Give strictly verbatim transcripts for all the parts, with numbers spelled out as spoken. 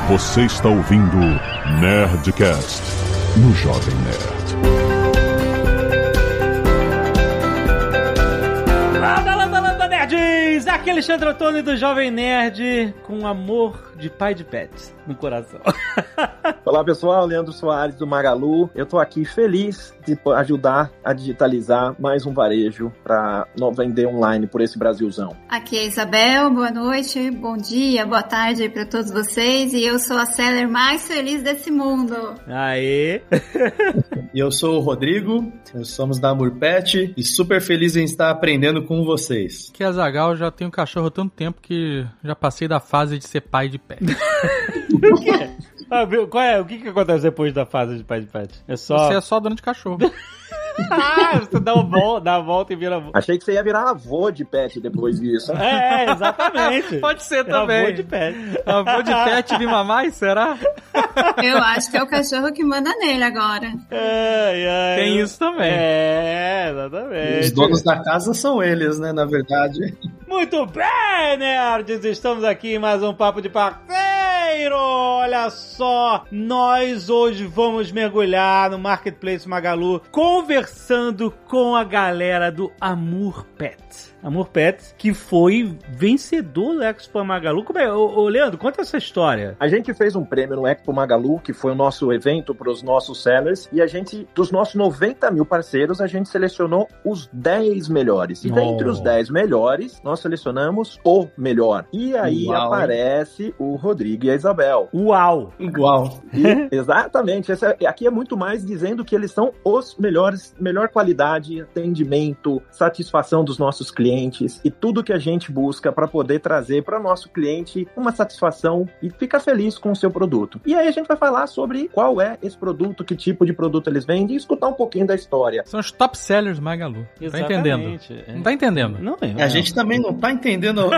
Você está ouvindo Nerdcast no Jovem Nerd. Landa, landa, landa, nerds! Aqui é Alexandre Antônio do Jovem Nerd, com amor de pai de pets no coração. Olá pessoal, Leandro Soares do Magalu. Eu tô aqui feliz de ajudar a digitalizar mais um varejo para vender online por esse Brasilzão. Aqui é Isabel, boa noite, bom dia, boa tarde para todos vocês. E eu sou a seller mais feliz desse mundo. Aê! E eu sou o Rodrigo, nós somos da Amor Pet e super feliz em estar aprendendo com vocês. Que Azaghal, já tenho cachorro há tanto tempo que já passei da fase de ser pai de pet. Por quê? Ah, qual é? O que, que acontece depois da fase de pai de pet? É só... Você é só dono de cachorro. Ah, você dá, um vol- dá a volta e vira... Achei que você ia virar avô de pet depois disso. É, exatamente. Pode ser também. Avô de pet. Avô de pet de mamãe, será? Eu acho que é o cachorro que manda nele agora. Ai, ai. Tem isso também. É, exatamente. Os donos da casa são eles, né, na verdade. Muito bem, nerds! Estamos aqui em mais um Papo de Parceiro! Olha só, nós hoje vamos mergulhar no Marketplace Magalu, conversando com a galera do Amor Pet. Amor Pet, que foi vencedor do Expo Magalu. Como é? Ô, ô, Leandro, conta essa história. A gente fez um prêmio no Expo Magalu, que foi o nosso evento para os nossos sellers, e a gente, dos nossos noventa mil parceiros, a gente selecionou os dez melhores. E dentre Oh. os dez melhores, nós selecionamos o melhor. E aí Uau, aparece o Rodrigo e a Isabel. Uau! Igual. E, exatamente. Essa, aqui é muito mais dizendo que eles são os melhores, melhor qualidade, atendimento, satisfação dos nossos clientes e tudo que a gente busca para poder trazer para o nosso cliente uma satisfação e ficar feliz com o seu produto. E aí a gente vai falar sobre qual é esse produto, que tipo de produto eles vendem e escutar um pouquinho da história. São os top sellers do Magalu. Tá entendendo? É. Não tá entendendo? Não, não. A gente também não tá entendendo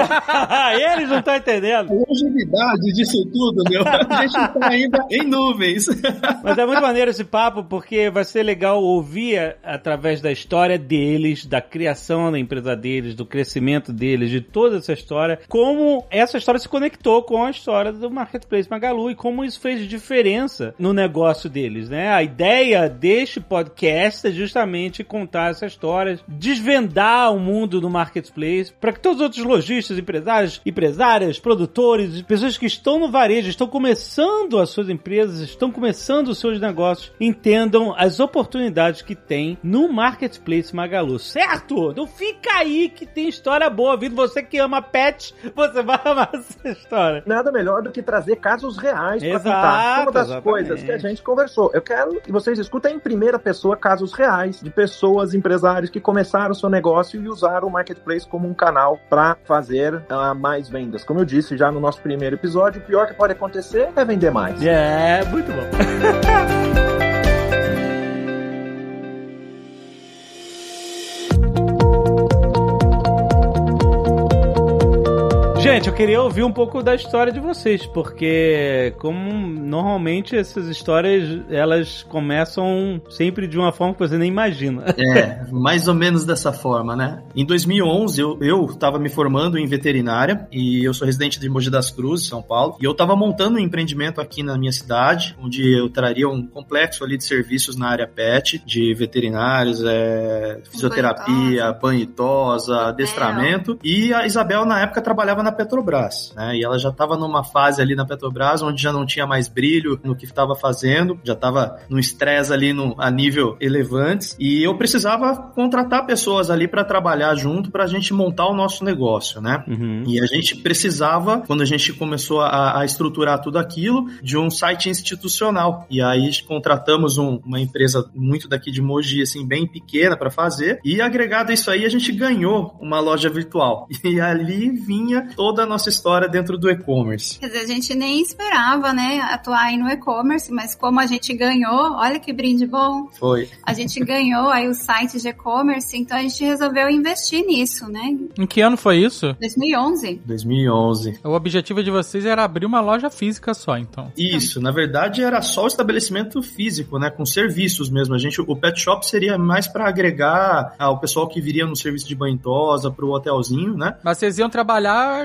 a, a, Eles não estão entendendo. a longevidade disso tudo, meu. A gente tá ainda em nuvens. Mas é muito maneiro esse papo, porque vai ser legal ouvir através da história deles, da criação da empresa deles, do crescimento deles, de toda essa história, como essa história se conectou com a história do Marketplace Magalu e como isso fez diferença no negócio deles, né? A ideia deste podcast é justamente contar essa história, desvendar o mundo do Marketplace, para que todos os outros lojistas, empresários, empresárias, produtores, pessoas que estão no varejo, estão começando as suas empresas, estão começando os seus negócios, entendam as oportunidades que tem no Marketplace Magalu, certo? Não fica aí que tem história boa, vindo você que ama pets, você vai amar essa história. Nada melhor do que trazer casos reais para Exato, contar. Uma das exatamente. coisas que a gente conversou. Eu quero que vocês escutem em primeira pessoa casos reais de pessoas, empresários que começaram o seu negócio e usaram o Marketplace como um canal para fazer uh, mais vendas. Como eu disse já no nosso primeiro episódio, o pior que pode acontecer é vender mais. É, muito bom. Gente, eu queria ouvir um pouco da história de vocês, porque como normalmente essas histórias, elas começam sempre de uma forma que você nem imagina. É, mais ou menos dessa forma, né? Em dois mil e onze, eu, eu tava me formando em veterinária e eu sou residente de Mogi das Cruzes, São Paulo, e eu tava montando um empreendimento aqui na minha cidade, onde eu traria um complexo ali de serviços na área pet, de veterinários, é, fisioterapia, banho e tosa, adestramento, e a Isabel, na época, trabalhava na Petrobras, né? E ela já estava numa fase ali na Petrobras onde já não tinha mais brilho no que estava fazendo, já estava num estresse ali no, a nível elevantes, e eu precisava contratar pessoas ali para trabalhar junto para a gente montar o nosso negócio, né? Uhum. E a gente precisava, quando a gente começou a, a estruturar tudo aquilo, de um site institucional. E aí contratamos um, uma empresa muito daqui de Mogi, assim, bem pequena para fazer, e agregado a isso aí a gente ganhou uma loja virtual. E ali vinha toda a nossa história dentro do e-commerce. Quer dizer, a gente nem esperava, né, atuar aí no e-commerce, mas como a gente ganhou, olha que brinde bom. Foi. A gente ganhou aí o site de e-commerce, então a gente resolveu investir nisso, né? Em que ano foi isso? dois mil e onze. dois mil e onze. O objetivo de vocês era abrir uma loja física só, então. Isso, na verdade era só o estabelecimento físico, né, com serviços mesmo. A gente, o pet shop seria mais para agregar ao pessoal que viria no serviço de banho e tosa, pro hotelzinho, né? Mas vocês iam trabalhar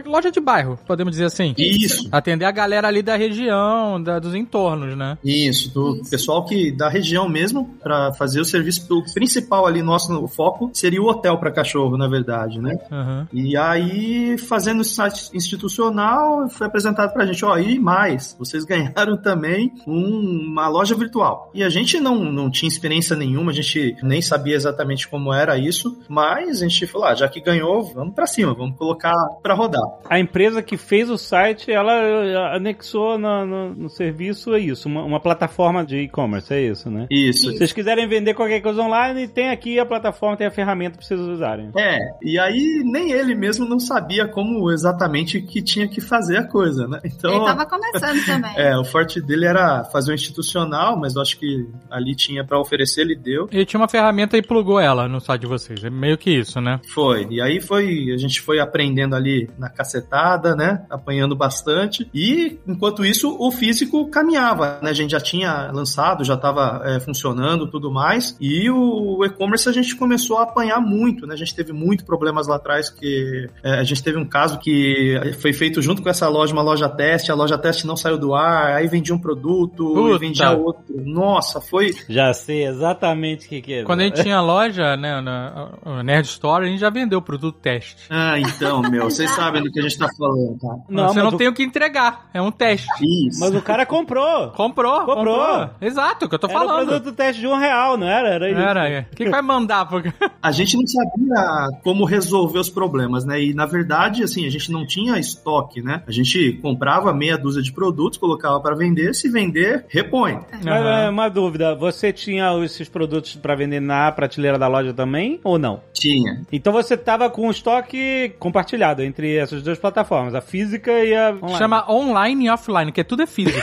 loja de bairro, podemos dizer assim. Isso. Atender a galera ali da região, da, dos entornos, né? Isso, do Isso. pessoal que da região mesmo, para fazer o serviço. O principal ali, nosso o foco, seria o hotel para cachorro, na verdade, né? Uhum. E aí, fazendo o site institucional, foi apresentado pra gente, ó, e mais, vocês ganharam também um, uma loja virtual. E a gente não, não tinha experiência nenhuma, a gente nem sabia exatamente como era isso, mas a gente falou, ah, já que ganhou, vamos pra cima, vamos colocar pra rodar. A empresa que fez o site, ela anexou no, no, no serviço, é isso, uma, uma plataforma de e-commerce, é isso, né? Isso. Se vocês quiserem vender qualquer coisa online, tem aqui a plataforma, tem a ferramenta pra vocês usarem. É, e aí nem ele mesmo não sabia como exatamente que tinha que fazer a coisa, né? Então, Ele tava começando também. é, o forte dele era fazer o institucional, mas eu acho que ali tinha pra oferecer, ele deu. Ele tinha uma ferramenta e plugou ela no site de vocês. É meio que isso, né? Foi, e aí foi, a gente foi aprendendo ali na cacetada, né, apanhando bastante, e enquanto isso o físico caminhava, né, a gente já tinha lançado, já estava é, funcionando, tudo mais, e o, o e-commerce a gente começou a apanhar muito, né, a gente teve muitos problemas lá atrás, que é, a gente teve um caso que foi feito junto com essa loja, uma loja teste, a loja teste não saiu do ar, aí vendia um produto, Puta. e vendia outro, nossa, foi... Já sei exatamente o que, que é. Quando a gente tinha loja, né, na, na Nerd Store, a gente já vendeu o produto teste. Ah, então, meu, vocês sabem do que a gente tá falando, tá? Não, Você mas não o- tem o que entregar, é um teste. Isso. Mas o cara comprou. Comprou, comprou. Comprou. Exato, o que eu tô Era o falando. produto teste de um real, não era? Era isso. Era, é. Quem vai mandar? Porque... A gente não sabia como resolver os problemas, né? E, na verdade, assim, a gente não tinha estoque, né? A gente comprava meia dúzia de produtos, colocava para vender, se vender, repõe. Mas, é, Aham. uma dúvida, você tinha esses produtos pra vender na prateleira da loja também, ou não? Tinha. Então você tava com o estoque compartilhado entre essas duas plataformas, a física e a online. Chama online e offline, que é tudo é físico.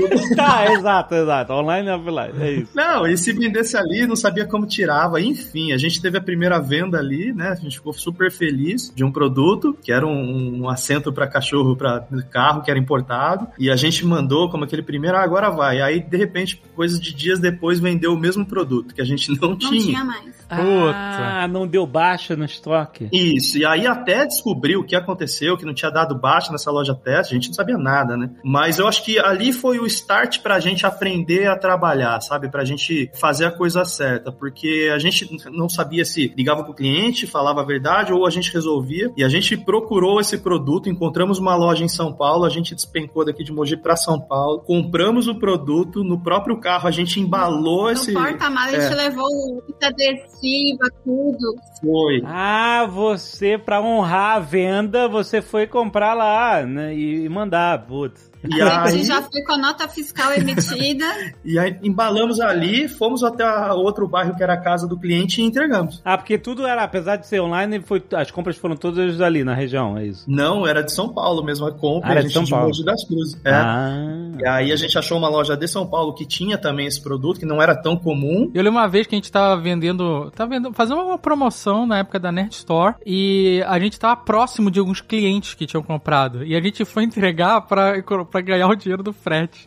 Tá, exato, exato. Online e offline, é isso. Não, e se vendesse ali, não sabia como tirava. Enfim, a gente teve a primeira venda ali, né? A gente ficou super feliz de um produto, que era um, um assento para cachorro, para carro, que era importado. E a gente mandou como aquele primeiro, ah, agora vai. Aí, de repente, coisas de dias depois, vendeu o mesmo produto, que a gente não Não tinha. tinha mais. Ah, não deu baixa no estoque. Isso, e aí até descobrir o que aconteceu, que não tinha dado baixa nessa loja teste, a gente não sabia nada, né? Mas eu acho que ali foi o start pra gente aprender a trabalhar, sabe? Pra gente fazer a coisa certa, porque a gente não sabia se ligava pro cliente, falava a verdade, ou a gente resolvia, e a gente procurou esse produto, encontramos uma loja em São Paulo, a gente despencou daqui de Mogi pra São Paulo, compramos o produto, no próprio carro a gente embalou No esse... porta-malas a é. gente levou fita adesiva, tudo. Foi. Ah, você, pra honrar a venda, você foi comprar lá, né, e mandar, putz. E A aí... gente já foi com a nota fiscal emitida. E aí embalamos ali, fomos até a outro bairro que era a casa do cliente e entregamos. Ah, porque tudo era, apesar de ser online, foi, as compras foram todas ali na região, é isso? Não, era de São Paulo mesmo a compra, Ah, era a de gente São de Paulo. Mogi das Cruzes. É. Ah. E aí a gente achou uma loja de São Paulo que tinha também esse produto, que não era tão comum. Eu lembro uma vez que a gente tava vendendo, tava vendendo, fazendo uma promoção na época da Nerd Store e a gente tava próximo de alguns clientes que tinham comprado e a gente foi entregar pra, pra ganhar o dinheiro do frete.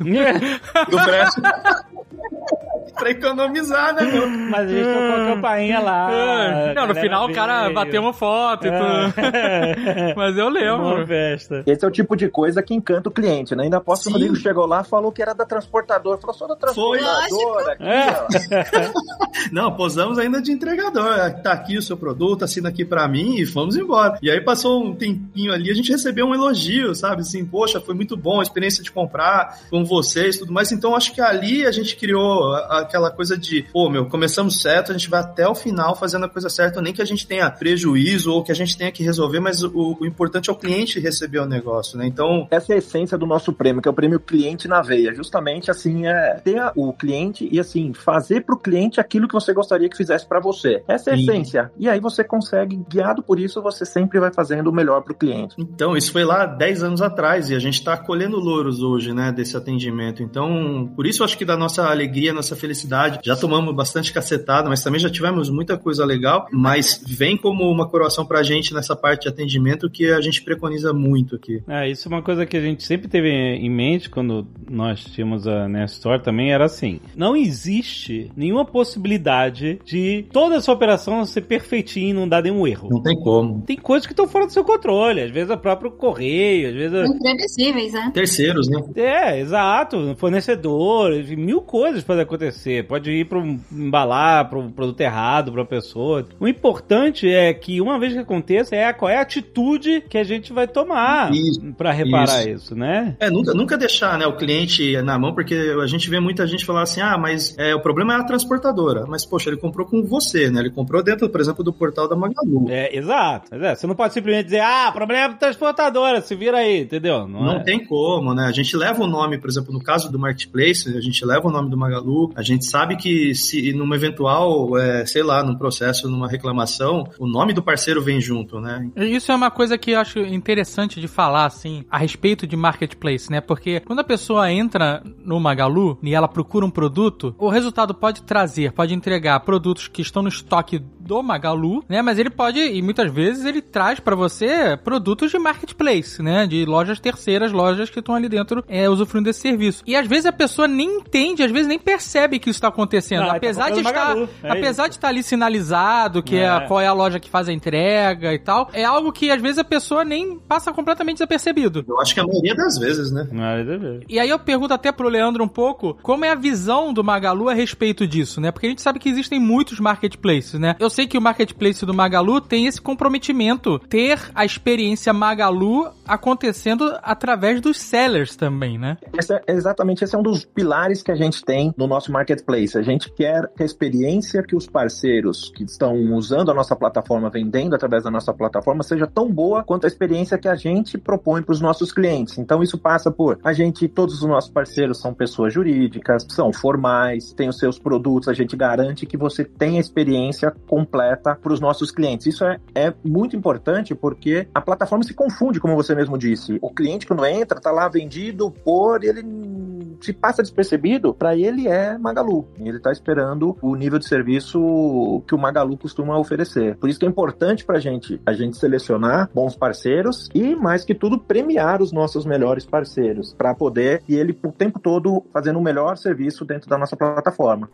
Do frete. Pra economizar, né, meu? Mas a gente tocou a campainha lá. É. Não, no galera final o cara veio. bateu uma foto e tudo. É. Mas eu Uma lembro. festa. Esse é o tipo de coisa que encanta o cliente, né? Ainda posso, Sim. o Rodrigo chegou lá, falou que era da transportadora. Falou, sou da transportadora. Aqui, É. ó. Não, posamos ainda de entregador. Tá aqui o seu produto, assina aqui pra mim e fomos embora. E aí passou um tempinho ali, a gente recebeu um elogio, sabe? Assim, poxa, foi muito bom a experiência de comprar com vocês e tudo mais. Então acho que ali a gente criou aquela coisa de, pô, meu, começamos certo, a gente vai até o final fazendo a coisa certa, nem que a gente tenha prejuízo ou que a gente tenha que resolver, mas o, o importante é o cliente receber o negócio, né? Então, Essa é a essência do nosso prêmio, que é o prêmio cliente na veia. Justamente assim, é ter a- o cliente e assim, fazer pro cliente aquilo que você gostaria que fizesse pra você. Essa é a Sim. essência. E aí você consegue, guiado por isso, você sempre vai fazendo o melhor pro cliente. Então, isso foi lá dez anos atrás e a gente está colhendo louros hoje, né, desse atendimento. Então, por isso eu acho que da nossa alegria, nossa felicidade. Já tomamos bastante cacetada, mas também já tivemos muita coisa legal, mas vem como uma coroação pra gente nessa parte de atendimento que a gente preconiza muito aqui. É, isso é uma coisa que a gente sempre teve em mente quando nós tínhamos a Nest Store também, era assim, não existe nenhuma possibilidade de toda essa operação ser perfeitinha e não dar nenhum erro. Não tem como. Tem coisas que estão fora do seu controle, às vezes é o próprio correio, às vezes... Imprevisíveis, né? Terceiros, né? É, exato, fornecedor, mil coisas podem acontecer, pode ir para embalar para o produto errado para a pessoa. O importante é que uma vez que aconteça, é qual é a atitude que a gente vai tomar para reparar isso. isso, né? É, nunca, nunca deixar, né, o cliente na mão, porque a gente vê muita gente falar assim, ah, mas é, o problema é a transportadora, mas poxa, ele comprou com você, né, ele comprou dentro, por exemplo, do portal da Magalu. É, exato, é, você não pode simplesmente dizer, ah, o problema é a transportadora, se vira aí, entendeu? Não, não é. tem como, né, a gente leva o nome, por exemplo, no caso do Marketplace, a gente leva o nome do Magalu, a gente sabe que se numa eventual, é, sei lá, num processo, numa reclamação, o nome do parceiro vem junto, né? Isso é uma coisa que eu acho interessante de falar, assim, a respeito de Marketplace, né? Porque quando a pessoa entra no Magalu e ela procura um produto, o resultado pode trazer, pode entregar produtos que estão no estoque do Magalu, né? Mas ele pode, e muitas vezes ele traz pra você produtos de Marketplace, né? De lojas terceiras, lojas que estão ali dentro é, usufruindo desse serviço. E às vezes a pessoa nem entende, às vezes nem percebe que isso está acontecendo. Não, apesar tá de estar, Magalu, é apesar de estar ali sinalizado que é. É, qual é a loja que faz a entrega e tal, é algo que às vezes a pessoa nem passa completamente desapercebido. Eu acho que a maioria das vezes, né? E aí eu pergunto até pro Leandro um pouco, como é a visão do Magalu a respeito disso, né? Porque a gente sabe que existem muitos marketplaces, né? Eu sei que o marketplace do Magalu tem esse comprometimento, ter a experiência Magalu acontecendo através dos sellers também, né? Esse é, exatamente, esse é um dos pilares que a gente tem no nosso marketplace. A gente quer que a experiência que os parceiros que estão usando a nossa plataforma, vendendo através da nossa plataforma, seja tão boa quanto a experiência que a gente propõe para os nossos clientes. Então isso passa por a gente, todos os nossos parceiros são pessoas jurídicas, são formais, têm os seus produtos, a gente garante que você tenha a experiência completa para os nossos clientes. Isso é, é muito importante porque a plataforma se confunde, como você mesmo disse. O cliente quando entra, tá lá vendido por, ele se passa despercebido, para ele é Magalu. Ele tá esperando o nível de serviço que o Magalu costuma oferecer. Por isso que é importante pra gente, a gente selecionar bons parceiros e, mais que tudo, premiar os nossos melhores parceiros, para poder, e ele o tempo todo fazendo o melhor serviço dentro da nossa plataforma.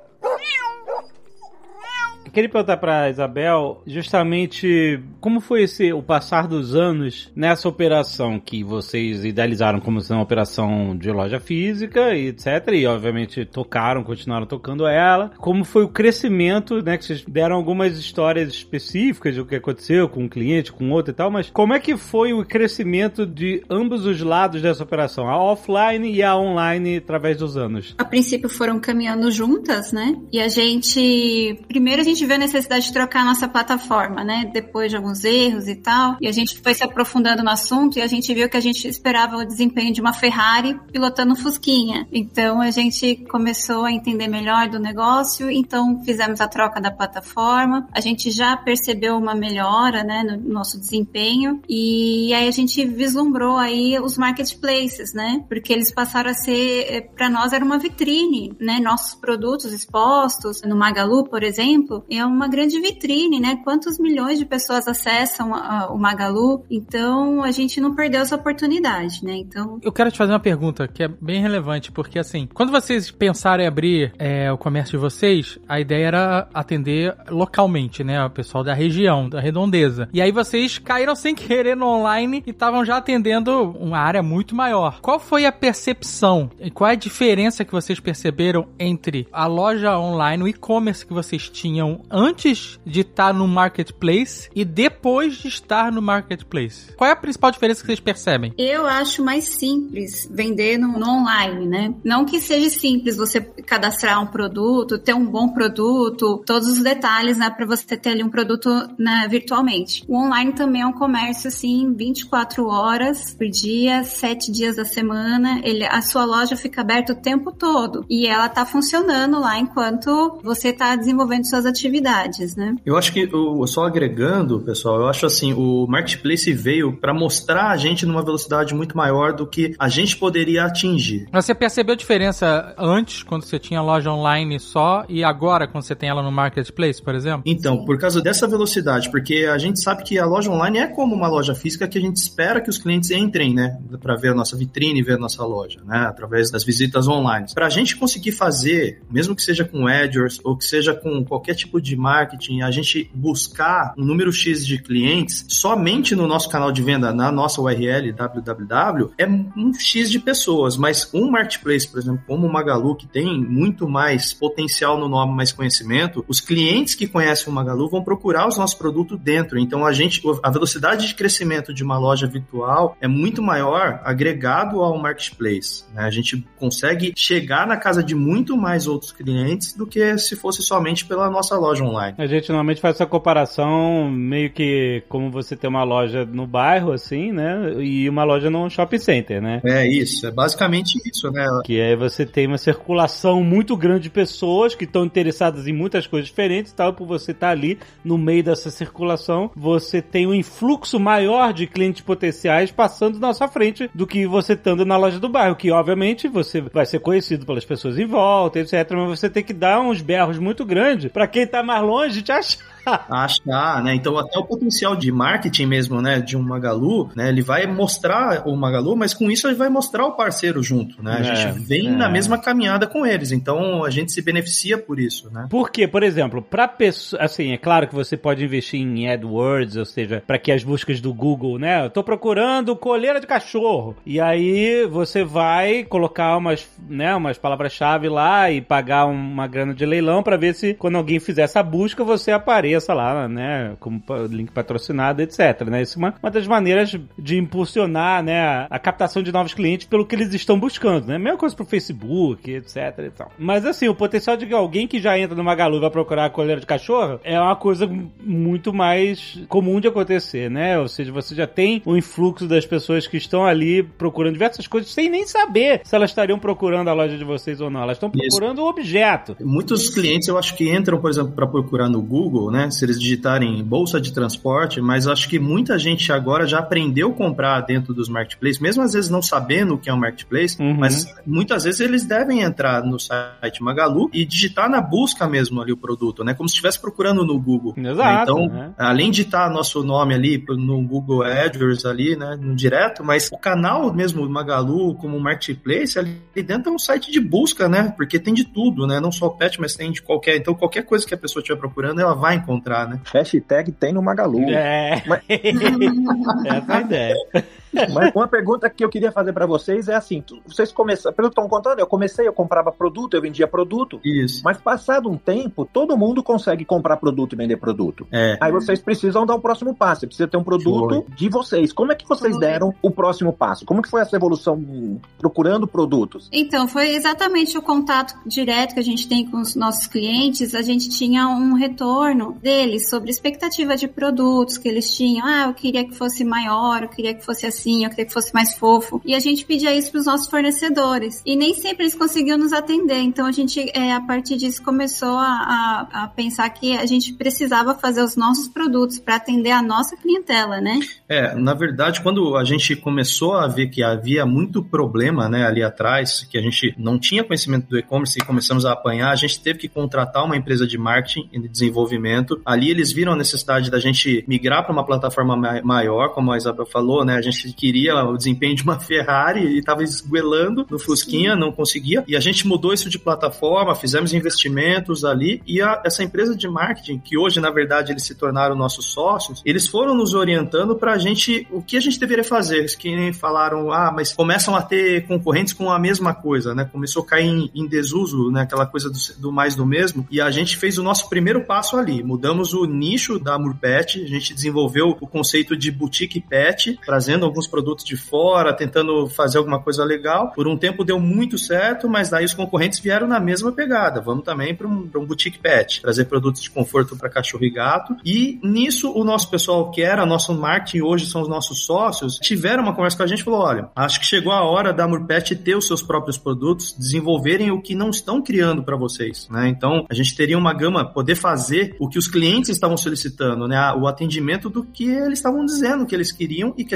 Queria perguntar pra Isabel justamente como foi esse, o passar dos anos nessa operação que vocês idealizaram como sendo uma operação de loja física e etcétera. E obviamente tocaram, continuaram tocando ela. Como foi o crescimento, né? Que vocês deram algumas histórias específicas do que aconteceu com um cliente, com outro e tal, mas como é que foi o crescimento de ambos os lados dessa operação? A offline e a online através dos anos? A princípio foram caminhando juntas, né? E a gente... Primeiro a gente viu a necessidade de trocar a nossa plataforma, né? Depois de alguns erros e tal. E a gente foi se aprofundando no assunto e a gente viu que a gente esperava o desempenho de uma Ferrari pilotando um Fusquinha. Então a gente começou a entender melhor do negócio, então fizemos a troca da plataforma. A gente já percebeu uma melhora, né, no nosso desempenho e aí a gente vislumbrou aí os marketplaces, né? Porque eles passaram a ser, para nós era uma vitrine, né? Nossos produtos expostos no Magalu, por exemplo, é uma grande vitrine, né? Quantos milhões de pessoas acessam a, o Magalu? Então, a gente não perdeu essa oportunidade, né? Então... Eu quero te fazer uma pergunta que é bem relevante, porque assim, quando vocês pensaram em abrir é, o comércio de vocês, a ideia era atender localmente, né? O pessoal da região, da redondeza. E aí vocês caíram sem querer no online e estavam já atendendo uma área muito maior. Qual foi a percepção e qual é a diferença que vocês perceberam entre a loja online, o e-commerce que vocês tinham antes de estar no marketplace e depois de estar no marketplace? Qual é a principal diferença que vocês percebem? Eu acho mais simples vender no, no online, né? Não que seja simples você cadastrar um produto, ter um bom produto, todos os detalhes, né, para você ter ali um produto, né, virtualmente. O online também é um comércio, assim, vinte e quatro horas por dia, sete dias da semana. Ele, a sua loja fica aberta o tempo todo e ela tá funcionando lá enquanto você tá desenvolvendo suas atividades, né? Eu acho que, eu, só agregando, pessoal, eu acho assim, o Marketplace veio para mostrar a gente numa velocidade muito maior do que a gente poderia atingir. Você percebeu a diferença antes, quando Você tinha loja online só e agora quando você tem ela no Marketplace, por exemplo? Então, por causa dessa velocidade, porque a gente sabe que a loja online é como uma loja física que a gente espera que os clientes entrem, né, para ver a nossa vitrine e ver a nossa loja, né, através das visitas online. Para a gente conseguir fazer, mesmo que seja com AdWords ou que seja com qualquer tipo de marketing, a gente buscar um número X de clientes somente no nosso canal de venda, na nossa U R L www, é um X de pessoas, mas um marketplace, por exemplo, como o Magalu, que tem muito mais potencial no nome, mais conhecimento, os clientes que conhecem o Magalu vão procurar os nossos produtos dentro. Então, a gente, a velocidade de crescimento de uma loja virtual é muito maior agregado ao marketplace, né? A gente consegue chegar na casa de muito mais outros clientes do que se fosse somente pela nossa loja online. A gente normalmente faz essa comparação meio que como você tem uma loja no bairro, assim, né? E uma loja no shopping center, né? É isso, é basicamente isso, né? Que aí você tem uma circulação muito grande de pessoas que estão interessadas em muitas coisas diferentes e tal, por você estar ali no meio dessa circulação, você tem um influxo maior de clientes potenciais passando na sua frente do que você estando na loja do bairro, que obviamente você vai ser conhecido pelas pessoas em volta, etcétera, mas você tem que dar uns berros muito grandes pra quem tá mais longe te achar. Achar, né? Então até o potencial de marketing mesmo, né, de um Magalu, né, ele vai mostrar o Magalu, mas com isso ele vai mostrar o parceiro junto, né? A é, gente vem é. na mesma caminhada com eles, então a gente se beneficia por isso, né? Porque, por exemplo, pra pessoa, assim, é claro que você pode investir em AdWords, ou seja, para que as buscas do Google, né, eu tô procurando coleira de cachorro, e aí você vai colocar umas, né, umas palavras-chave lá e pagar uma grana de leilão pra ver se quando alguém fizer essa busca você apareça lá, né, como link patrocinado, etcétera, né, isso é uma, uma das maneiras de impulsionar, né, a, a captação de novos clientes pelo que eles estão buscando, né, mesma coisa pro Facebook, etcétera e tal. Mas assim, o potencial de que alguém que já entra no Magalu e vai procurar a coleira de cachorro é uma coisa muito mais comum de acontecer, né, ou seja, você já tem o influxo das pessoas que estão ali procurando diversas coisas sem nem saber se elas estariam procurando a loja de vocês ou não, elas estão procurando o objeto. Muitos clientes eu acho que entram, por exemplo, para procurar no Google, né, se eles digitarem bolsa de transporte, mas eu acho que muita gente agora já aprendeu a comprar dentro dos marketplaces, mesmo às vezes não sabendo o que é um marketplace, uhum. mas muitas vezes eles devem entrar no site Magalu e digitar na busca mesmo ali o produto, né, como se estivesse procurando no Google. Exato. Então, né? além de estar nosso nome ali no Google AdWords ali, né, no direto, mas o canal mesmo do Magalu como marketplace ali dentro é um site de busca, né, porque tem de tudo, né, não só pet, mas tem de qualquer, então qualquer coisa que a pessoa estiver procurando, ela vai encontrar, né? Hashtag tem no Magalu. É. Mas... Essa é a ideia. Mas uma pergunta que eu queria fazer pra vocês é assim, vocês começaram, pelo que estão contando, eu comecei, eu comprava produto, eu vendia produto. Isso. Mas passado um tempo, todo mundo consegue comprar produto e vender produto. É. Aí vocês precisam dar o próximo passo, você precisa ter um produto foi. de vocês. Como é que vocês deram o próximo passo? Como que foi essa evolução procurando produtos? Então, foi exatamente o contato direto que a gente tem com os nossos clientes. A gente tinha um retorno deles sobre expectativa de produtos que eles tinham. Ah, eu queria que fosse maior, eu queria que fosse assim, eu queria que fosse mais fofo. E a gente pedia isso para os nossos fornecedores. E nem sempre eles conseguiam nos atender. Então, a gente, é, a partir disso, começou a, a, a pensar que a gente precisava fazer os nossos produtos para atender a nossa clientela, né? É, na verdade, quando a gente começou a ver que havia muito problema, né, ali atrás, que a gente não tinha conhecimento do e-commerce e começamos a apanhar, a gente teve que contratar uma empresa de marketing e de desenvolvimento. Ali eles viram a necessidade da gente migrar para uma plataforma maior, como a Isabel falou, né, a gente queria o desempenho de uma Ferrari e estava esguelando no Fusquinha, não conseguia, e a gente mudou isso de plataforma, fizemos investimentos ali, e a, essa empresa de marketing, que hoje, na verdade, eles se tornaram nossos sócios, eles foram nos orientando para a gente, o que a gente deveria fazer. Eles que nem falaram, ah, mas começam a ter concorrentes com a mesma coisa, né, começou a cair em, em desuso, né, aquela coisa do, do mais do mesmo, e a gente fez o nosso primeiro passo ali, mudamos o nicho da Murpet, a gente desenvolveu o conceito de boutique pet, trazendo alguns produtos de fora, tentando fazer alguma coisa legal. Por um tempo deu muito certo, mas daí os concorrentes vieram na mesma pegada. Vamos também para um, um boutique pet, trazer produtos de conforto para cachorro e gato. E nisso o nosso pessoal, que era nosso marketing, hoje são os nossos sócios, tiveram uma conversa com a gente e falou, olha, acho que chegou a hora da Murpet ter os seus próprios produtos, desenvolverem o que não estão criando para vocês, né? Então, a gente teria uma gama, poder fazer o que os clientes estavam solicitando, né? O atendimento do que eles estavam dizendo que eles queriam e que a gente passasse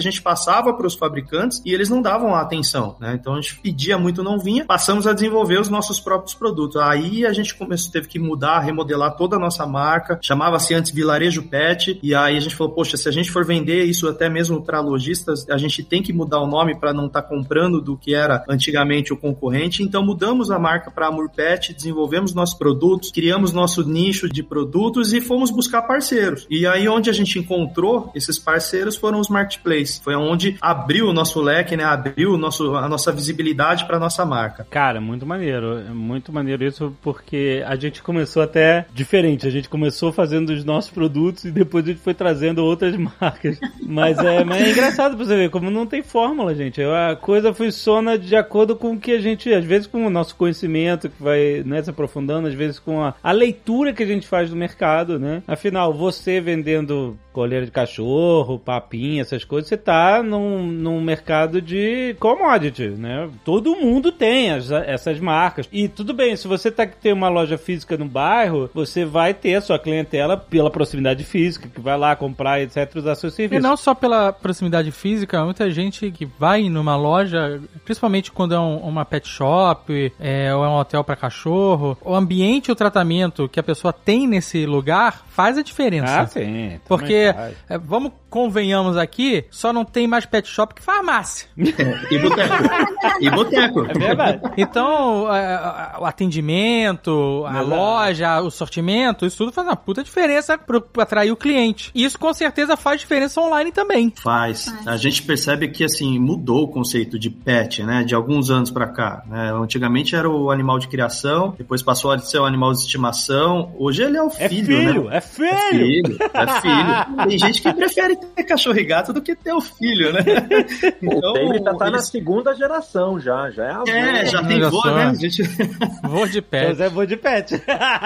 passava para os fabricantes e eles não davam a atenção, né? Então a gente pedia muito, não vinha, passamos a desenvolver os nossos próprios produtos. Aí a gente começou, teve que mudar, remodelar toda a nossa marca, chamava-se antes Vilarejo Pet, e aí a gente falou, poxa, se a gente for vender isso até mesmo para lojistas, a gente tem que mudar o nome para não estar tá comprando do que era antigamente o concorrente, então mudamos a marca para Amur Pet, desenvolvemos nossos produtos, criamos nosso nicho de produtos e fomos buscar parceiros. E aí onde a gente encontrou esses parceiros foram os marketplaces, foi onde abriu o nosso leque, né, abriu o nosso, a nossa visibilidade para nossa marca. Cara, muito maneiro, é muito maneiro isso, porque a gente começou até diferente, a gente começou fazendo os nossos produtos e depois a gente foi trazendo outras marcas, mas é, mas é engraçado pra você ver, como não tem fórmula, gente, a coisa funciona de acordo com o que a gente, às vezes com o nosso conhecimento, que vai, né, se aprofundando, às vezes com a, a leitura que a gente faz do mercado, né, afinal, você vendendo coleira de cachorro, papinha, essas coisas, você tá num, num mercado de commodity, né? Todo mundo tem as, essas marcas. E tudo bem, se você tá, tem uma loja física no bairro, você vai ter a sua clientela pela proximidade física, que vai lá comprar, etcétera, usar seus serviços. E não só pela proximidade física, muita gente que vai numa loja, principalmente quando é um, uma pet shop, é, ou é um hotel para cachorro, o ambiente e o tratamento que a pessoa tem nesse lugar faz a diferença. Ah, sim. Porque, é, vamos, convenhamos aqui, só não tem mais pet shop que farmácia. É, e boteco. E boteco. É verdade. Então, a, a, o atendimento, a Verdade. loja, o sortimento, isso tudo faz uma puta diferença pra, pra atrair o cliente. E isso com certeza faz diferença online também. Faz. A gente percebe que, assim, mudou o conceito de pet, né, de alguns anos pra cá, né? Antigamente era o animal de criação, depois passou a ser o animal de estimação, hoje ele é o filho, é filho, né? É filho, é filho. É filho. Tem gente que prefere ter cachorro e gato do que ter o filho, né? Então, o David tá, tá eles... na segunda geração já, já é avô. É, já tem vô, né? A gente... Vô de pet. Mas é vô de pet.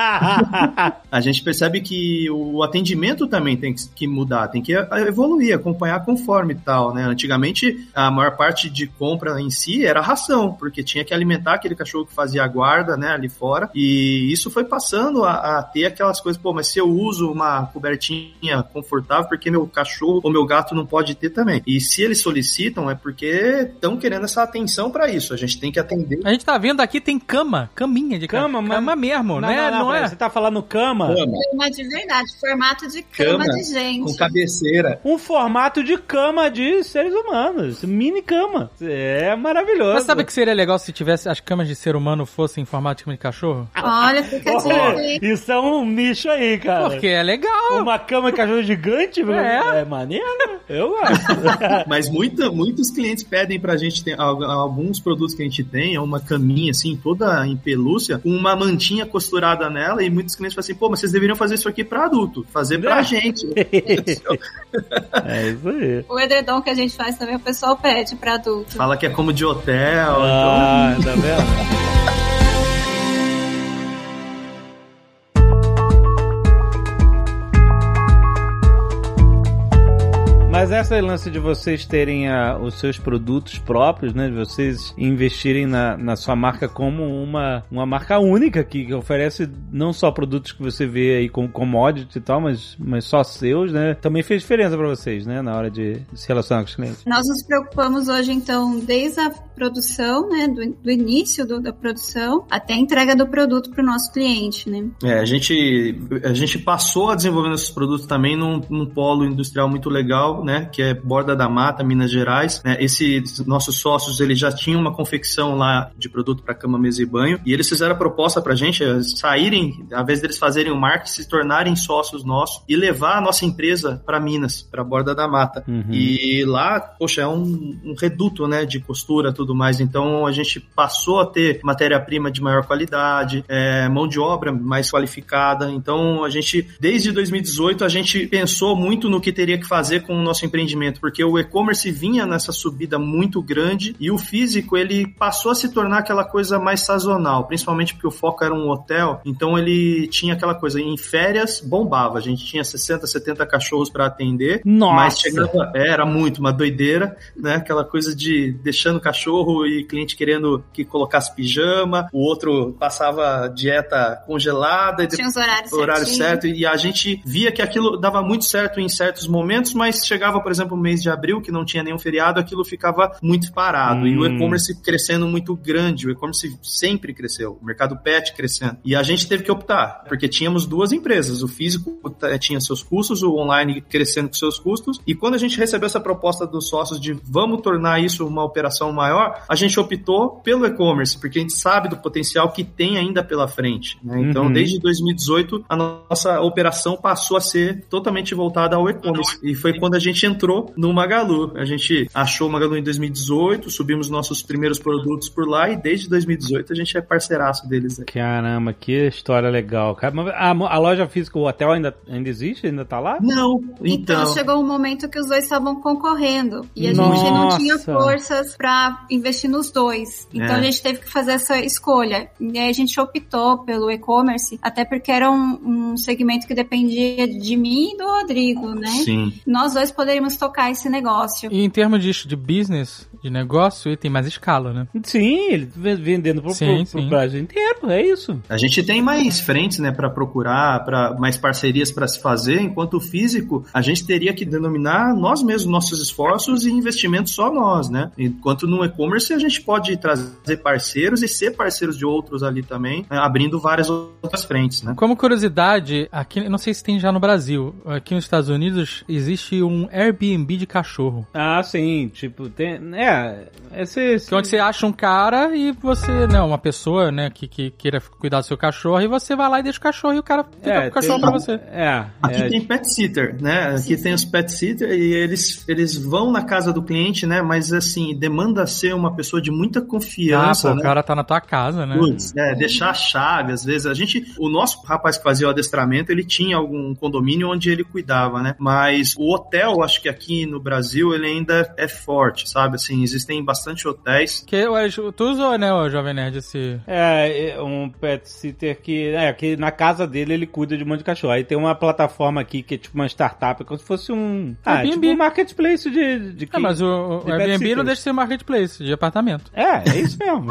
A gente percebe que o atendimento também tem que mudar, tem que evoluir, acompanhar conforme tal, né? Antigamente, a maior parte de compra em si era ração, porque tinha que alimentar aquele cachorro que fazia a guarda, né, ali fora, e isso foi passando a, a ter aquelas coisas, pô, mas se eu uso uma cobertinha confortável, porque meu cachorro ou meu gato não pode ter também. E se eles solicitam, é porque estão querendo essa atenção pra isso, a gente tem que atender. A gente tá vendo aqui, tem cama, caminha de cama, cama, cama mesmo, não, né? Não, não, não é? Você tá falando cama? Cama. Cama de verdade, formato de cama, Cama de gente. com cabeceira. Um formato de cama de seres humanos, mini cama. É maravilhoso. Mas sabe que seria legal se tivesse as camas de ser humano fossem em formato de cama de cachorro? Olha, fica Oh, dica. isso é um nicho aí, cara. Porque é legal. Uma cama de cachorro gigante É. é maneiro. Eu gosto. Mas muita, muitos clientes pedem pra gente ter alguns produtos que a gente tem, é uma caminha assim, toda em pelúcia, com uma mantinha costurada nela, e muitos clientes falam assim, pô, mas vocês deveriam fazer isso aqui pra adulto, fazer pra É. gente. É isso aí. O edredom que a gente faz também, o pessoal pede pra adulto. Fala que é como de hotel. Ah, tá vendo? Mas essa lance de vocês terem a, os seus produtos próprios, né? De vocês investirem na, na sua marca como uma, uma marca única que, que oferece não só produtos que você vê aí como commodity e tal, mas, mas só seus, né? Também fez diferença pra vocês, né? Na hora de se relacionar com os clientes. Nós nos preocupamos hoje, então, desde a produção, né? Do, do início do, da produção até a entrega do produto pro nosso cliente, né? É, a gente, a gente passou a desenvolver esses produtos também num, num polo industrial muito legal, né, que é Borda da Mata, Minas Gerais, né, esses nossos sócios, eles já tinham uma confecção lá de produto para cama, mesa e banho, e eles fizeram a proposta pra gente saírem, ao invés deles fazerem o marketing, se tornarem sócios nossos e levar a nossa empresa para Minas, para Borda da Mata. Uhum. E lá, poxa, é um, um reduto, né, de costura e tudo mais, então a gente passou a ter matéria-prima de maior qualidade, é, mão de obra mais qualificada, então a gente, desde dois mil e dezoito, a gente pensou muito no que teria que fazer com o nosso empreendimento, porque o e-commerce vinha nessa subida muito grande e o físico, ele passou a se tornar aquela coisa mais sazonal, principalmente porque o foco era um hotel, então ele tinha aquela coisa, em férias bombava, a gente tinha sessenta, setenta cachorros para atender. Nossa! Mas chegava, é, era muito, uma doideira, né, aquela coisa de deixando o cachorro e cliente querendo que colocasse pijama, o outro passava dieta congelada, tinha os horários horário certinho. certo, e a gente via que aquilo dava muito certo em certos momentos, mas chegava por exemplo, o mês de abril, que não tinha nenhum feriado, aquilo ficava muito parado. Hum. E o e-commerce crescendo muito grande, o e-commerce sempre cresceu, o mercado pet crescendo. E a gente teve que optar, porque tínhamos duas empresas, o físico tinha seus custos, o online crescendo com seus custos, e quando a gente recebeu essa proposta dos sócios de vamos tornar isso uma operação maior, a gente optou pelo e-commerce, porque a gente sabe do potencial que tem ainda pela frente, né? Então, uhum. desde dois mil e dezoito, a nossa operação passou a ser totalmente voltada ao e-commerce, e foi quando a gente entrou no Magalu. A gente achou o Magalu em dois mil e dezoito, subimos nossos primeiros produtos por lá, e desde dois mil e dezoito a gente é parceiraço deles. Aí. Caramba, que história legal. A, a loja física, o hotel ainda, ainda existe? Ainda tá lá? Não, então... Então chegou um momento que os dois estavam concorrendo, e a Nossa. gente não tinha forças pra investir nos dois. Então é. a gente teve que fazer essa escolha. E aí a gente optou pelo e-commerce, até porque era um, um segmento que dependia de mim e do Rodrigo, né? Sim. Nós dois poderíamos tocar esse negócio. E em termos de, de business, de negócio, ele tem mais escala, né? Sim, ele vendendo pro, sim, pro, pro sim. Brasil inteiro, é isso. A gente tem mais frentes, né, para procurar, para mais parcerias para se fazer, enquanto o físico, a gente teria que denominar nós mesmos nossos esforços e investimentos só nós, né? Enquanto no e-commerce a gente pode trazer parceiros e ser parceiros de outros ali também, né, abrindo várias outras frentes, né? Como curiosidade, aqui, não sei se tem já no Brasil, aqui nos Estados Unidos existe um Airbnb de cachorro. Ah, sim, tipo, tem, é, esse, esse... Que é onde você acha um cara e você, né, uma pessoa, né, que, que queira cuidar do seu cachorro, e você vai lá e deixa o cachorro e o cara fica é, com o cachorro tem, pra você. É, Aqui é, tem pet sitter, né? Aqui tem os pet sitter e eles, eles vão na casa do cliente, né? Mas assim, demanda ser uma pessoa de muita confiança. Ah, pô, né? o cara tá na tua casa, né? Puts, é, deixar a chave, às vezes. A gente, o nosso rapaz que fazia o adestramento, ele tinha algum condomínio onde ele cuidava, né? Mas o hotel, acho que aqui no Brasil, ele ainda é forte, sabe? Assim, existem bastante hotéis. Que, ué, tu usou, né, o Jovem Nerd, esse... É, um pet sitter que, é, que na casa dele ele cuida de um monte de cachorro. Aí tem uma plataforma aqui que é tipo uma startup, como se fosse um... Ah, Airbnb. tipo um marketplace de... de Ah, mas o, o de Airbnb não deixa de ser um marketplace de apartamento. É, é isso mesmo.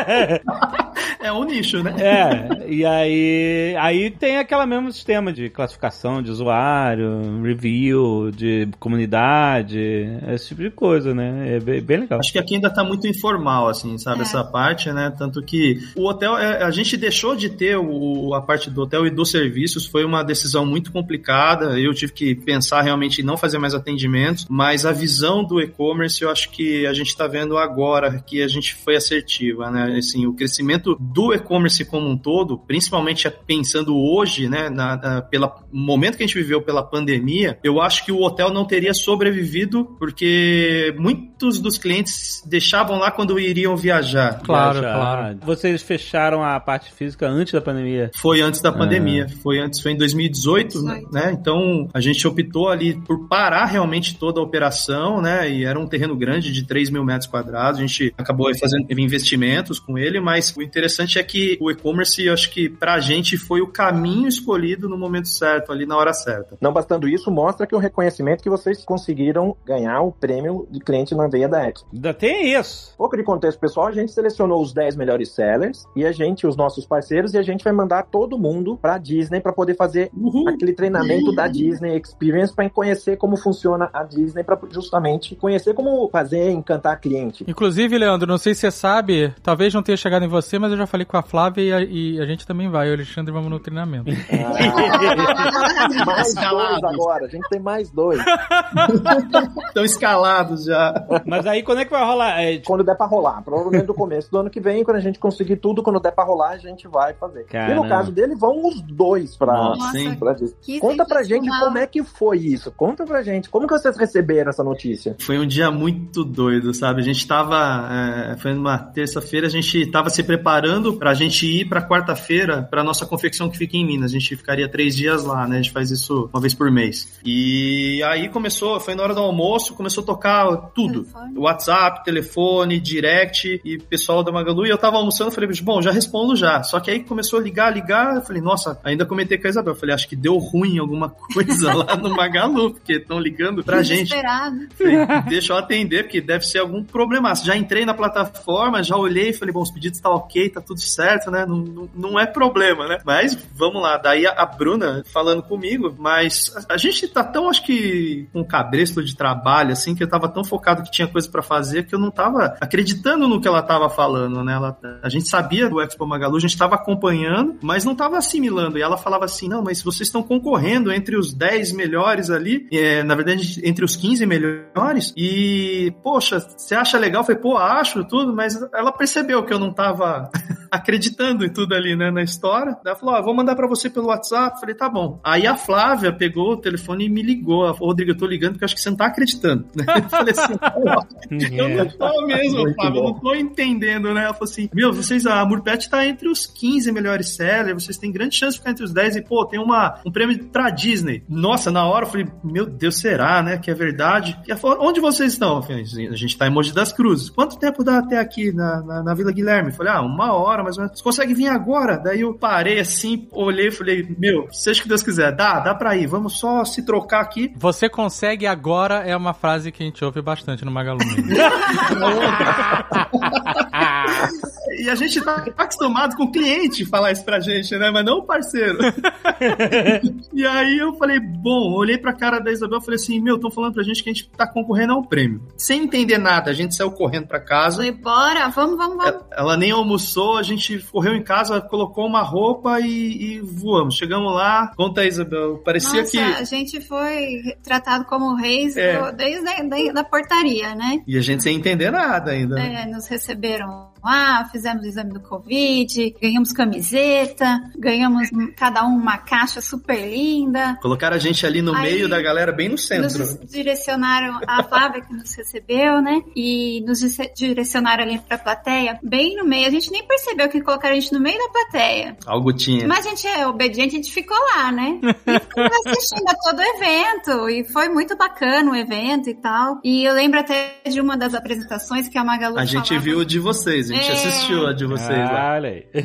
É um nicho, né? É, e aí, aí tem aquele mesmo sistema de classificação de usuário, review, de comunidade, esse tipo de coisa, né? É bem, bem legal. Acho que aqui ainda tá muito informal, assim, sabe? É. Essa parte, né? Tanto que o hotel, é, a gente deixou de ter o, a parte do hotel e dos serviços, foi uma decisão muito complicada, eu tive que pensar realmente em não fazer mais atendimentos, mas a visão do e-commerce, eu acho que a gente tá vendo agora que a gente foi assertiva, né? Assim, o crescimento do e-commerce como um todo, principalmente pensando hoje, né? Na, na, pelo momento que a gente viveu pela pandemia, eu acho que o hotel não teria sobrevivido porque muitos dos clientes deixavam lá quando iriam viajar. Claro, Viajar. claro. Vocês fecharam a parte física antes da pandemia? Foi antes da Ah. pandemia, foi antes, foi em dois mil e dezoito, né? Então a gente optou ali por parar realmente toda a operação, né? E era um terreno grande de três mil metros quadrados, a gente acabou aí fazendo investimentos com ele, mas o interessante é que o e-commerce, eu acho que pra gente foi o caminho escolhido no momento certo, ali na hora certa. Não bastando isso, mostra que o reconhecimento que vocês conseguiram ganhar o prêmio de cliente na veia da Expo. Ainda tem isso. Um pouco de contexto pessoal, a gente selecionou os dez melhores sellers e a gente, os nossos parceiros, e a gente vai mandar todo mundo pra Disney pra poder fazer Uhul. aquele treinamento da Disney Experience pra conhecer como funciona a Disney, pra justamente conhecer como fazer encantar cliente. Inclusive, Leandro, não sei se você sabe, talvez não tenha chegado em você, mas eu já falei com a Flávia e a, e a gente também vai, eu e o Alexandre vamos no treinamento. Ah, mais dois agora, a gente tem mais dois. Estão escalados já. Mas aí quando é que vai rolar? É, tipo, Quando der pra rolar, provavelmente no começo do ano que vem, quando a gente conseguir tudo, quando der pra rolar, a gente vai fazer. Caramba. E no caso dele, vão os dois pra... Nossa, sim. pra Disney. Que Conta pra gente sensacional. como é que foi isso. Conta pra gente. Como que vocês receberam essa notícia? Foi um dia muito doido, sabe? A gente tava, é, foi numa terça-feira, a gente tava se preparando pra gente ir pra quarta-feira pra nossa confecção que fica em Minas. A gente ficaria três dias lá, né? A gente faz isso uma vez por mês. E aí começou, foi na hora do almoço, começou a tocar tudo. Telefone. WhatsApp, telefone, direct e pessoal da Magalu. E eu tava almoçando, falei, bom, já respondo já. Só que aí começou a ligar, ligar. Eu falei, nossa, ainda comentei com a Isabel. Eu falei, acho que deu ruim alguma coisa lá no Magalu, porque estão ligando pra gente. Desesperado. Falei, deixa eu atender, porque deve ser algum problema. Já entrei na plataforma, já olhei e falei, bom, os pedidos tá ok, tá tudo certo, né? Não, não, não é problema, né? Mas vamos lá, daí a, a Bruna falando comigo, mas a, a gente tá tão, acho que, com um cabresto de trabalho, assim, que eu tava tão focado que tinha coisa pra fazer que eu não tava acreditando no que ela tava falando, né? Ela, a gente sabia do Expo Magalu, a gente tava acompanhando, mas não tava assimilando. E ela falava assim, não, mas vocês estão concorrendo entre os dez melhores ali, é, na verdade, entre os quinze melhores, e, poxa, você acha legal? Eu falei, pô, acho tudo, mas ela percebeu que eu não tava acreditando em tudo ali, né, na história. Ela falou, ó, ah, vou mandar pra você pelo WhatsApp. Eu falei, tá bom. Aí a Flávia pegou o telefone e me ligou. Ela falou, Rodrigo, eu tô ligando porque eu acho que você não tá acreditando. Eu falei assim, eu não tô mesmo, Flávia, eu não tô entendendo, né? Ela falou assim, meu, vocês, a Murpet tá entre os quinze melhores sellers, vocês têm grande chance de ficar entre os dez e, pô, tem uma, um prêmio pra Disney. Nossa, na hora eu falei, meu Deus, será, né, que é verdade? E ela falou, onde vocês estão? Eu falei, a gente tá em Mogi das Cruzes. Quanto tempo dá até aqui na, na, na Vila Guilherme? Eu falei, ah, uma hora, mais ou menos. Você consegue vir agora? Daí eu parei assim, olhei e falei, meu, seja o que Deus quiser, dá, dá pra ir, vamos só se trocar aqui. Você consegue agora é uma frase que a gente ouve bastante no Magalu. E a gente tá acostumado com o cliente falar isso pra gente, né? Mas não o parceiro. E aí eu falei, bom, olhei pra cara da Isabel e falei assim, meu, estão falando pra gente que a gente tá concorrendo a um prêmio. Sem entender nada, a gente saiu correndo pra casa. Falei, bora, vamos, vamos, vamos. Ela, ela nem almoçou, a gente correu em casa, colocou uma roupa e, e voamos. Chegamos lá, conta aí, Isabel, parecia Nossa, que... a gente foi tratado como reis é. do, desde a da, da portaria, né? E a gente sem entender nada ainda. É, nos receberam lá, fizemos o exame do Covid, ganhamos camiseta, ganhamos cada um uma caixa super linda. Colocaram a gente ali no Aí, meio da galera, bem no centro. Nos direcionaram, a Flávia que nos recebeu, né? E nos direcionaram ali pra plateia, bem no meio. A gente nem percebeu que colocaram a gente no meio da plateia. Algo tinha. Mas a gente é obediente, a gente ficou lá, né? E ficamos assistindo a todo o evento. E foi muito bacana o evento e tal. E eu lembro até de uma das apresentações que a Magalu A gente falava... viu o de vocês, a gente é... assistiu a de vocês ah, lá. Olha aí.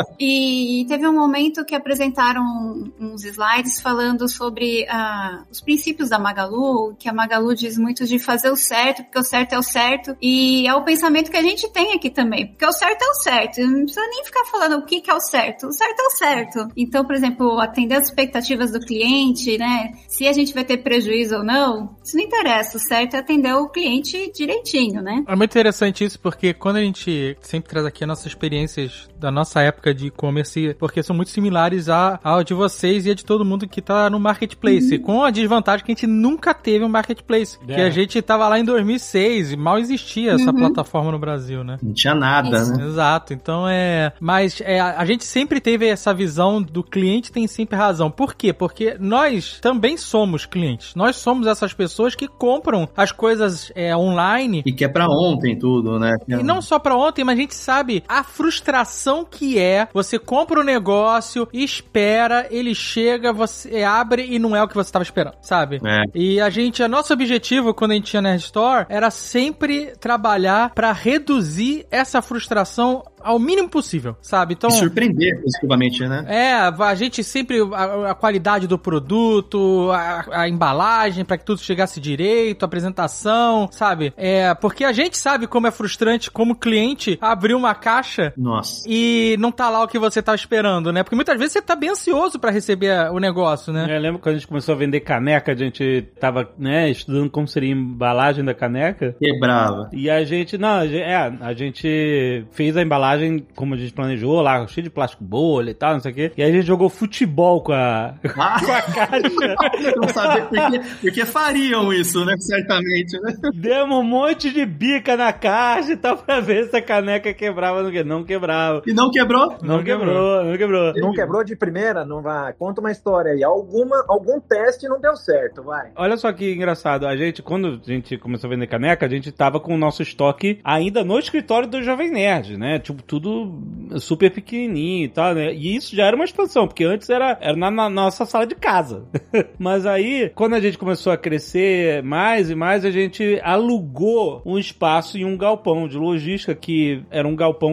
E teve um momento que apresentaram uns slides falando sobre uh, os princípios da Magalu, que a Magalu diz muito de fazer o certo, porque o certo é o certo, e é o pensamento que a gente tem aqui também, porque o certo é o certo, não precisa nem ficar falando o que, que é o certo, o certo é o certo. Então, por exemplo, atender as expectativas do cliente, né, se a gente vai ter prejuízo ou não, isso não interessa, o certo é atender o cliente direitinho, né? É muito interessante isso, porque quando a gente sempre traz aqui as nossas experiências da nossa época de e-commerce, porque são muito similares à, à de vocês e a de todo mundo que tá no marketplace, uhum. com a desvantagem que a gente nunca teve um marketplace, é. que a gente tava lá em dois mil e seis e mal existia essa uhum. plataforma no Brasil, né? Não tinha nada, Isso. né? Exato, então é... Mas é, a gente sempre teve essa visão do cliente tem sempre razão. Por quê? Porque nós também somos clientes. Nós somos essas pessoas que compram as coisas é, online. E que é pra ontem tudo, né? E não só pra ontem, mas a gente sabe a frustração que é você compra o negócio, espera, ele chega, você abre e não é o que você estava esperando, sabe? É. E a gente, a nosso objetivo quando a gente tinha Nerd Store era sempre trabalhar pra reduzir essa frustração ao mínimo possível, sabe? Então, e surpreender positivamente, né? É, a gente sempre, a, a qualidade do produto, a, a embalagem pra que tudo chegasse direito, a apresentação, sabe? É, porque a gente sabe como é frustrante como cliente abrir uma caixa Nossa. e não tá lá o que você tá esperando, né? Porque muitas vezes você tá bem ansioso pra receber o negócio, né? Eu lembro quando a gente começou a vender caneca, a gente tava, né, estudando como seria a embalagem da caneca. Quebrava. E a gente, não, é, a gente fez a embalagem como a gente planejou lá, cheio de plástico bolha e tal, não sei o quê. E aí a gente jogou futebol com a, ah. com a caixa. Não saber por que, porque fariam isso, né? Certamente, né? Demos um monte de bica na caixa e tal pra ver se a caneca quebrava ou não, não quebrava. E não quebrou? Não, não quebrou, quebrou, não quebrou. Não quebrou de primeira? Não vai. Conta uma história aí. Alguma, algum teste não deu certo, vai. Olha só que engraçado. A gente, quando a gente começou a vender caneca, a gente tava com o nosso estoque ainda no escritório do Jovem Nerd, né? Tipo, tudo super pequenininho e tal, né? E isso já era uma expansão, porque antes era, era na, na nossa sala de casa. Mas aí, quando a gente começou a crescer mais e mais, a gente alugou um espaço em um galpão de logística, que era um galpão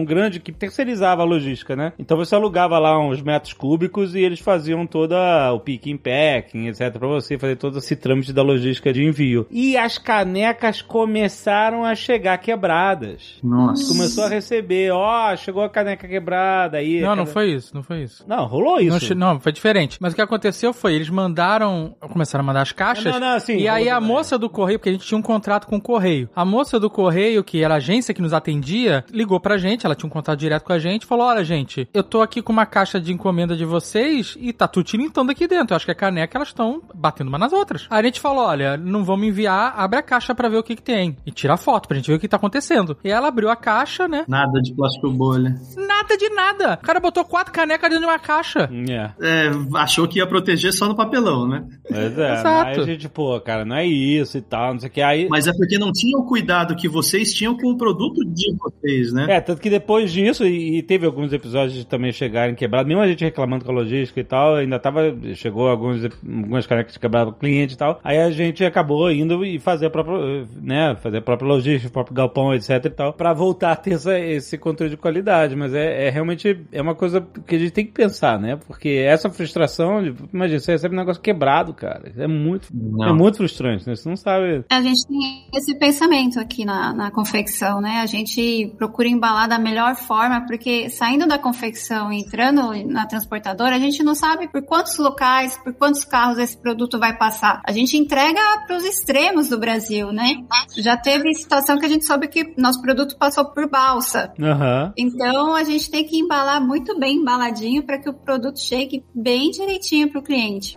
galpão grande que terceirizava a logística, né? Então você alugava lá uns metros cúbicos e eles faziam toda o picking, packing, etcétera, pra você fazer todo esse trâmite da logística de envio. E as canecas começaram a chegar quebradas. Nossa. Começou a receber, ó, oh, chegou a caneca quebrada aí. Não, cada... não foi isso, não foi isso. Não, rolou isso. Não, não, foi diferente. Mas o que aconteceu foi, eles mandaram, começaram a mandar as caixas, não, não, sim, e aí a moça do correio, porque a gente tinha um contrato com o correio, a moça do correio, que era a agência que nos atendia, ligou pra gente, ela tinha um contato direto com a gente, falou, olha gente, eu tô aqui com uma caixa de encomenda de vocês e tá tudo tilintando aqui dentro, eu acho que a caneca elas estão batendo uma nas outras. Aí a gente falou, olha, não vamos enviar, abre a caixa pra ver o que que tem, e tira a foto pra gente ver o que tá acontecendo. E ela abriu a caixa, né? Nada de plástico bolha. Nada de nada. O cara botou quatro canecas dentro de uma caixa. Yeah. É, achou que ia proteger só no papelão, né? Pois é, Exato. aí a gente, pô, cara, não é isso e tal, não sei o que. Aí... Mas é porque não tinha o cuidado que vocês tinham com o produto de vocês, né? É, tanto que depois disso, e, e teve alguns episódios de também chegarem quebrados, mesmo a gente reclamando com a logística e tal, ainda tava, chegou alguns, algumas canecas que quebravam o cliente e tal, aí a gente acabou indo e fazer a própria, né, fazer a própria logística, o próprio galpão, etc e tal, pra voltar a ter essa, esse controle de qualidade, mas é, é realmente, é uma coisa que a gente tem que pensar, né, porque essa frustração, de, imagina, você recebe um negócio quebrado, cara, é muito, não. é muito frustrante, né, você não sabe... A gente tem esse pensamento aqui na, na confecção, né, a gente procura embalar da melhor forma, porque saindo da confecção e entrando na transportadora, a gente não sabe por quantos locais, por quantos carros esse produto vai passar. A gente entrega para os extremos do Brasil, né? Já teve situação que a gente soube que nosso produto passou por balsa. Uhum. Então, a gente tem que embalar muito bem embaladinho para que o produto chegue bem direitinho para o cliente.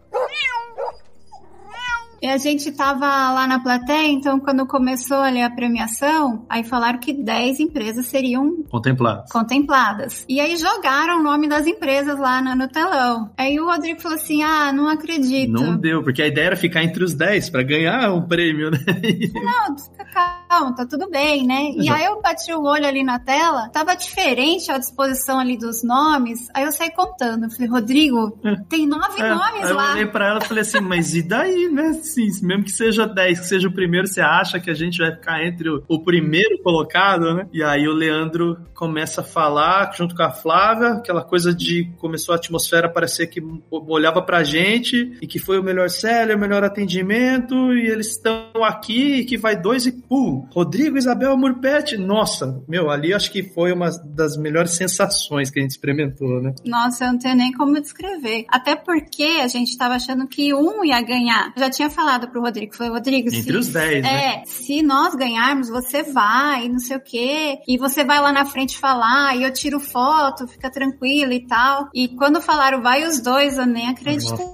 E a gente tava lá na plateia, então quando começou ali a premiação, aí falaram que dez empresas seriam contempladas. contempladas. E aí jogaram o nome das empresas lá no, no telão. Aí o Rodrigo falou assim, ah, não acredito. Não deu, porque a ideia era ficar entre os dez pra ganhar um prêmio, né? Não, fica calma, tá tudo bem, né? E aí eu bati o olho ali na tela, tava diferente a disposição ali dos nomes, aí eu saí contando. Eu falei, Rodrigo, tem nove é, nomes aí lá. Eu olhei pra ela e falei assim, mas e daí, né? Sim, mesmo que seja dez, que seja o primeiro, você acha que a gente vai ficar entre o, o primeiro colocado, né? E aí o Leandro começa a falar junto com a Flávia, aquela coisa de começou a atmosfera a parecer que olhava pra gente e que foi o melhor seller, o melhor atendimento e eles estão aqui e que vai dois e pum, Rodrigo, Isabel, Murpete, nossa, meu, ali acho que foi uma das melhores sensações que a gente experimentou, né? Nossa, eu não tenho nem como descrever. Até porque a gente tava achando que um ia ganhar. Eu já tinha falado pro Rodrigo, falei, Rodrigo, entre se, os dez, né? É, se nós ganharmos, você vai, não sei o quê, e você vai lá na frente falar, e eu tiro foto, fica tranquilo e tal. E quando falaram vai os dois, eu nem acreditei.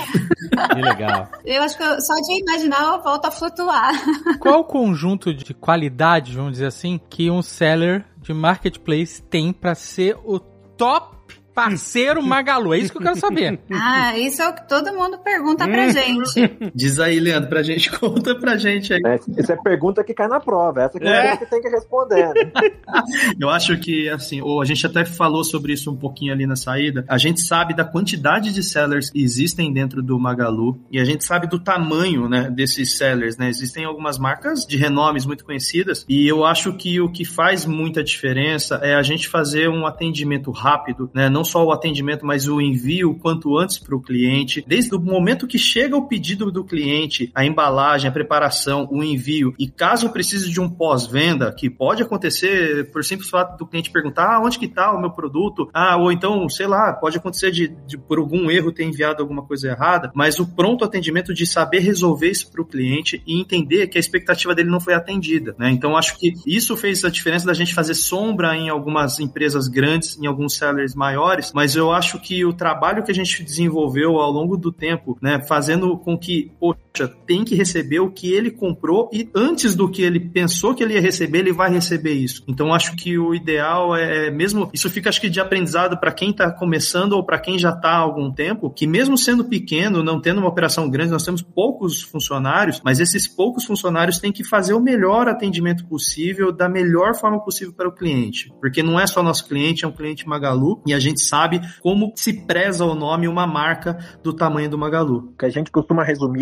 Que legal. Eu acho que eu, só de imaginar eu volto a flutuar. Qual o conjunto de qualidade, vamos dizer assim, que um seller de marketplace tem pra ser o top parceiro Magalu? É isso que eu quero saber. Ah, isso é o que todo mundo pergunta pra gente. Diz aí, Leandro, pra gente, conta pra gente aí. É, isso é pergunta que cai na prova, essa que é que tem que responder, né? Eu acho que, assim, ou a gente até falou sobre isso um pouquinho ali na saída, a gente sabe da quantidade de sellers que existem dentro do Magalu e a gente sabe do tamanho, né, desses sellers, né? Existem algumas marcas de renomes muito conhecidas e eu acho que o que faz muita diferença é a gente fazer um atendimento rápido, né? Não só o atendimento, mas o envio quanto antes para o cliente, desde o momento que chega o pedido do cliente, a embalagem, a preparação, o envio, e caso precise de um pós-venda, que pode acontecer por simples fato do cliente perguntar, ah, onde que está o meu produto? Ah, ou então, sei lá, pode acontecer de, de por algum erro ter enviado alguma coisa errada, mas o pronto atendimento de saber resolver isso para o cliente e entender que a expectativa dele não foi atendida, né? Então, acho que isso fez a diferença da gente fazer sombra em algumas empresas grandes, em alguns sellers maiores, mas eu acho que o trabalho que a gente desenvolveu ao longo do tempo, né, fazendo com que, poxa, tem que receber o que ele comprou e antes do que ele pensou que ele ia receber, ele vai receber isso. Então, acho que o ideal é mesmo, isso fica acho que de aprendizado para quem está começando ou para quem já está há algum tempo, que mesmo sendo pequeno, não tendo uma operação grande, nós temos poucos funcionários, mas esses poucos funcionários têm que fazer o melhor atendimento possível, da melhor forma possível para o cliente, porque não é só nosso cliente, é um cliente Magalu e a gente sabe como se preza o nome uma marca do tamanho do Magalu. O que a gente costuma resumir aqui é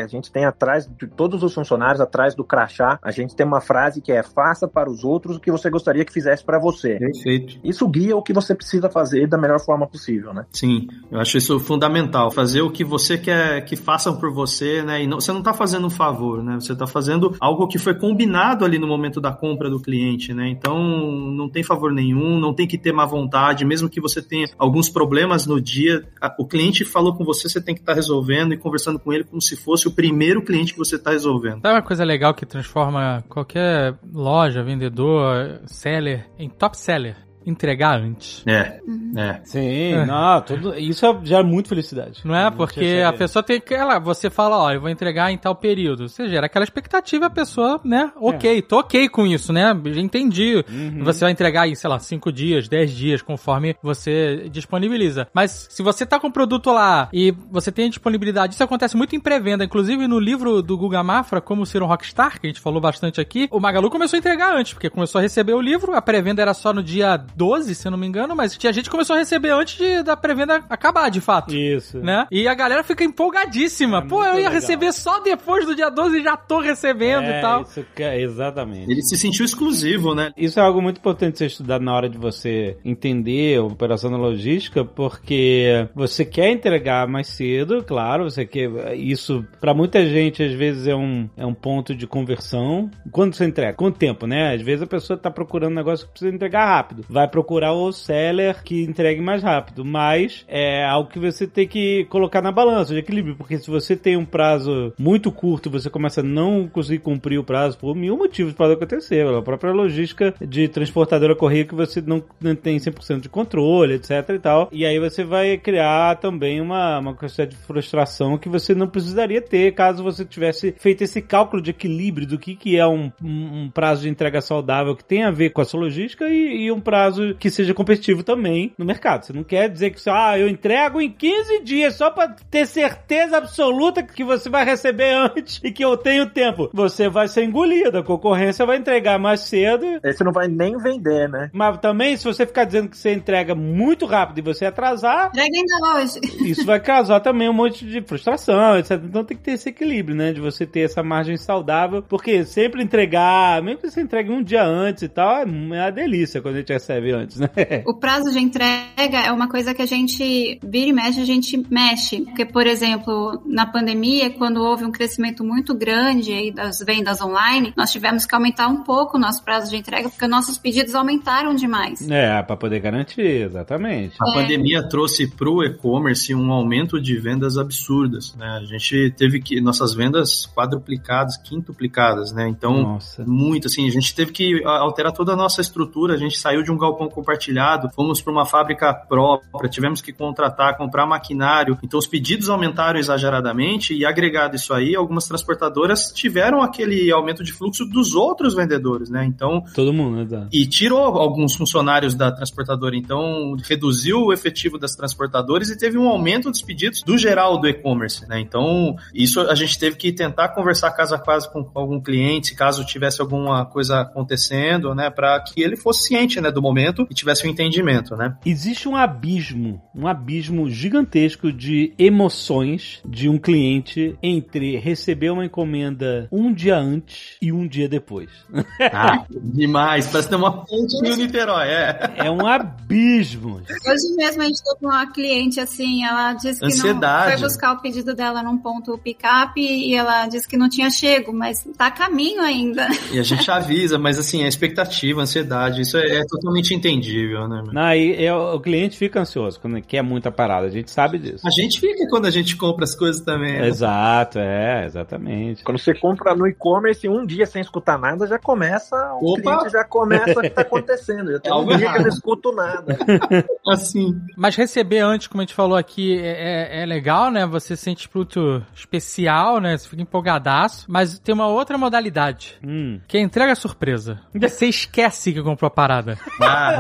A gente tem atrás de todos os funcionários, atrás do crachá, a gente tem uma frase que é: faça para os outros o que você gostaria que fizesse para você. Perfeito. Isso guia o que você precisa fazer da melhor forma possível, né? Sim, eu acho isso fundamental. Fazer o que você quer que façam por você, né? E não, você não está fazendo um favor, né? Você está fazendo algo que foi combinado ali no momento da compra do cliente, né? Então, não tem favor nenhum, não tem que ter má vontade, mesmo que você tenha alguns problemas no dia, o cliente falou com você, você tem que estar tá resolvendo e conversando com ele como se fosse o primeiro cliente que você está resolvendo. Sabe uma coisa legal que transforma qualquer loja, vendedor, seller em top seller? Entregar antes. É, é. Sim, é. Não, tudo, isso já é muito felicidade. Não é? Porque a pessoa tem que... Ela, você fala, ó, eu vou entregar em tal período. Você gera aquela expectativa, a pessoa, né? Ok, é. tô ok com isso, né? Já entendi. Uhum. Você vai entregar em, sei lá, cinco dias, dez dias, conforme você disponibiliza. Mas se você tá com o produto lá e você tem a disponibilidade, isso acontece muito em pré-venda. Inclusive no livro do Guga Mafra, Como Ser um Rockstar, que a gente falou bastante aqui, o Magalu começou a entregar antes, porque começou a receber o livro, a pré-venda era só no dia doze, se eu não me engano, mas tinha gente que começou a receber antes de, da pré-venda acabar, de fato. Isso. Né? E a galera fica empolgadíssima. É Pô, eu ia legal. receber só depois do dia doze e já tô recebendo é, e tal. Isso que é, exatamente. Ele se sentiu exclusivo, né? Isso é algo muito importante ser estudado na hora de você entender a operação da logística, porque você quer entregar mais cedo, claro, você quer... Isso, pra muita gente, às vezes é um, é um ponto de conversão. Quando você entrega? Quanto tempo, né? Às vezes a pessoa tá procurando um negócio que precisa entregar rápido. Vai procurar o seller que entregue mais rápido, mas é algo que você tem que colocar na balança de equilíbrio, porque se você tem um prazo muito curto e você começa a não conseguir cumprir o prazo por mil motivos pode acontecer, a própria logística de transportadora correio que você não, não tem cem por cento de controle, etc e tal, e aí você vai criar também uma, uma questão de frustração que você não precisaria ter caso você tivesse feito esse cálculo de equilíbrio do que, que é um, um, um prazo de entrega saudável que tem a ver com a sua logística e, e um prazo que seja competitivo também no mercado. Você não quer dizer que ah, eu entrego em quinze dias só pra ter certeza absoluta que você vai receber antes e que eu tenho tempo. Você vai ser engolido, a concorrência vai entregar mais cedo. Aí você não vai nem vender, né? Mas também, se você ficar dizendo que você entrega muito rápido e você atrasar... Entrega ainda hoje. Isso vai causar também um monte de frustração, etcétera. Então tem que ter esse equilíbrio, né? De você ter essa margem saudável, porque sempre entregar, mesmo que você entregue um dia antes e tal, é uma delícia quando a gente recebe antes, né? O prazo de entrega é uma coisa que a gente vira e mexe, a gente mexe. Porque, por exemplo, na pandemia, quando houve um crescimento muito grande aí das vendas online, nós tivemos que aumentar um pouco o nosso prazo de entrega, porque nossos pedidos aumentaram demais. É, para poder garantir, exatamente. A é. pandemia trouxe pro e-commerce um aumento de vendas absurdas, né? A gente teve que, nossas vendas quadruplicadas, quintuplicadas, né? Então, Nossa. muito, assim, a gente teve que alterar toda a nossa estrutura, a gente saiu de um galpão compartilhado, fomos para uma fábrica própria, tivemos que contratar, comprar maquinário, então os pedidos aumentaram exageradamente e agregado isso aí, algumas transportadoras tiveram aquele aumento de fluxo dos outros vendedores, né? Então... Todo mundo, né? E tirou alguns funcionários da transportadora, então reduziu o efetivo das transportadoras e teve um aumento dos pedidos do geral do e-commerce, né? Então, isso a gente teve que tentar conversar caso a caso com algum cliente, caso tivesse alguma coisa acontecendo, né? Para que ele fosse ciente, né, do momento e tivesse um entendimento, né? Existe um abismo, um abismo gigantesco de emoções de um cliente entre receber uma encomenda um dia antes e um dia depois. Ah, demais. Parece ter uma ponte no Niterói, é. É um abismo. Hoje mesmo a gente teve uma cliente assim, ela disse que Ansiedade. não foi buscar o pedido dela num ponto pick-up e ela disse que não tinha chego, mas tá a caminho ainda. E a gente avisa, mas assim, a expectativa, a ansiedade, isso é, é totalmente entendível, né? Não, e é, o cliente fica ansioso quando quer muita parada, a gente sabe disso. A gente fica quando a gente compra as coisas também. Né? Exato, é, exatamente. Quando você compra no e-commerce, um dia sem escutar nada, já começa, o Opa. cliente já começa o que tá acontecendo. Já tem um dia que eu não escuto nada. Assim. Mas receber antes, como a gente falou aqui, é, é legal, né? Você sente produto especial, né? Você fica empolgadaço. Mas tem uma outra modalidade, hum. que é a entrega surpresa. Você esquece que comprou a parada. Ah,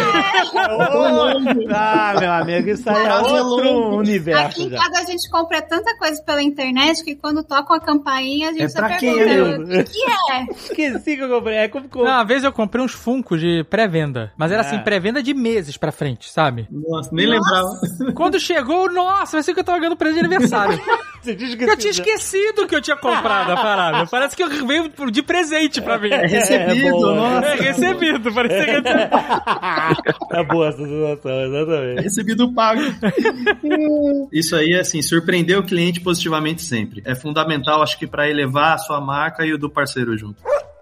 mentira. Ah, meu amigo, isso aí é outro universo. Aqui em já. casa a gente compra tanta coisa pela internet que quando toca a campainha a gente é já pergunta quê? o que é. Esqueci que eu comprei. É como, como... Não, uma vez eu comprei uns Funkos de pré-venda. Mas era é. assim, pré-venda de meses pra frente, sabe? Nossa, nem nossa. lembrava. Quando chegou, nossa, vai ser que eu tava ganhando presente de aniversário. Você tinha esquecido. Eu tinha esquecido que eu tinha comprado a parada. Parece que veio de presente pra mim. É recebido, é, nossa. É recebido, parecia que eu tinha... É boa essa situação, exatamente. Recebido pago. Isso aí, assim, surpreender o cliente positivamente sempre. É fundamental, acho que, para elevar a sua marca e o do parceiro junto.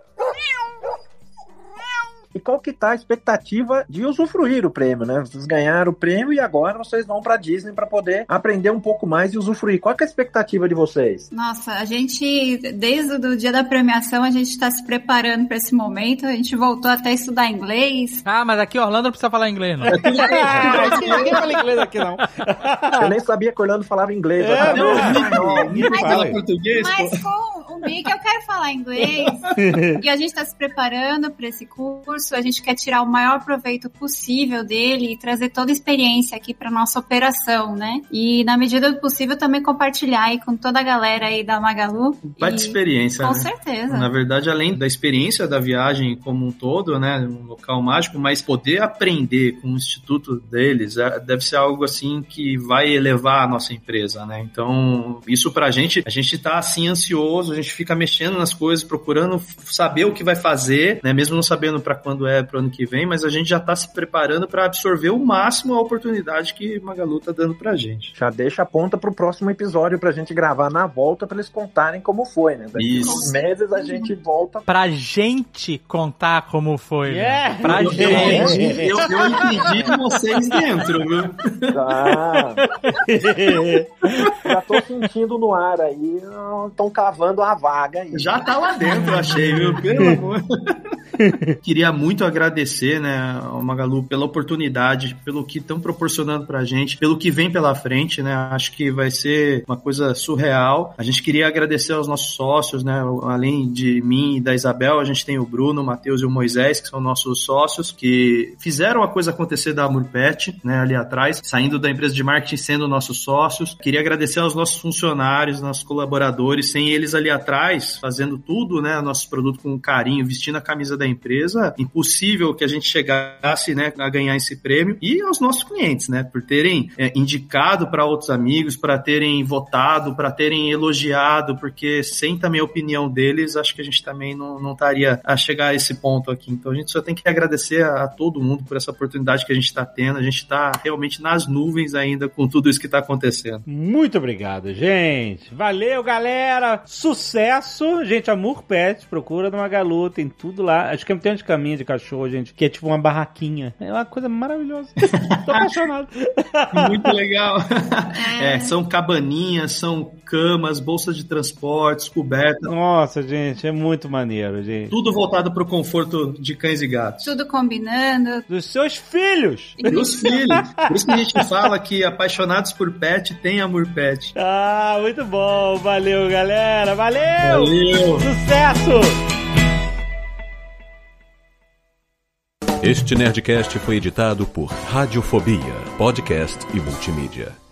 E qual que tá a expectativa de usufruir o prêmio, né? Vocês ganharam o prêmio e agora vocês vão pra Disney para poder aprender um pouco mais e usufruir. Qual que é a expectativa de vocês? Nossa, a gente, desde o dia da premiação, a gente tá se preparando pra esse momento. A gente voltou até a estudar inglês. Ah, mas aqui em Orlando não precisa falar inglês, não. Ninguém fala inglês aqui, não. Eu nem sabia que o Orlando falava inglês. É, não, não, ninguém fala. Português, Mas com o Mickey eu quero falar inglês. E a gente tá se preparando pra esse curso. A gente quer tirar o maior proveito possível dele e trazer toda a experiência aqui para nossa operação, né? E na medida do possível também compartilhar aí com toda a galera aí da Magalu. Vai de experiência, Com né? certeza. Na verdade, além da experiência da viagem como um todo, né, um local mágico, mas poder aprender com o instituto deles é, deve ser algo assim que vai elevar a nossa empresa, né? Então, isso pra gente, a gente tá assim ansioso, a gente fica mexendo nas coisas, procurando saber o que vai fazer, né? Mesmo não sabendo para quando é pro ano que vem, mas a gente já tá se preparando para absorver o máximo a oportunidade que Magalu tá dando pra gente. Já deixa a ponta pro próximo episódio pra gente gravar na volta pra eles contarem como foi, né? Daqui Isso. uns meses a gente volta. Pra gente contar como foi. Yeah. Né? Pra Eu, gente. eu, eu entendi vocês dentro, viu? Tá. Já tô sentindo no ar aí, estão cavando a vaga aí. Já tá lá dentro, achei, viu? Pelo amor. Queria muito agradecer, né, ao Magalu pela oportunidade, pelo que estão proporcionando pra gente, pelo que vem pela frente, né? Acho que vai ser uma coisa surreal. A gente queria agradecer aos nossos sócios, né? Além de mim e da Isabel, a gente tem o Bruno, o Matheus e o Moisés, que são nossos sócios, que fizeram a coisa acontecer da Amurpet, né, ali atrás, saindo da empresa de marketing, sendo nossos sócios. Queria agradecer aos nossos funcionários, nossos colaboradores, sem eles ali atrás, fazendo tudo, né, nossos produtos com carinho, vestindo a camisa da empresa, impossível que a gente chegasse, né, a ganhar esse prêmio, e aos nossos clientes, né, por terem é, indicado para outros amigos, para terem votado, para terem elogiado, porque sem também a opinião deles, acho que a gente também não, não estaria a chegar a esse ponto aqui. Então a gente só tem que agradecer a, a todo mundo por essa oportunidade que a gente está tendo. A gente está realmente nas nuvens ainda com tudo isso que está acontecendo. Muito obrigado, gente. Valeu, galera. Sucesso. Gente, Amur Pet, procura no Magalu, tem tudo lá. Acho que tem um de caminho de cachorro, gente, que é tipo uma barraquinha. É uma coisa maravilhosa. Tô apaixonado. Muito legal. É, são cabaninhas, são camas, bolsas de transportes, cobertas. Nossa, gente, é muito maneiro, gente. Tudo voltado para o conforto de cães e gatos. Tudo combinando. Dos seus filhos. Dos filhos. Por isso que a gente fala que apaixonados por pet tem amor pet. Ah, muito bom. Valeu, galera. Valeu. Valeu. Sucesso. Este Nerdcast foi editado por Radiofobia, podcast e multimídia.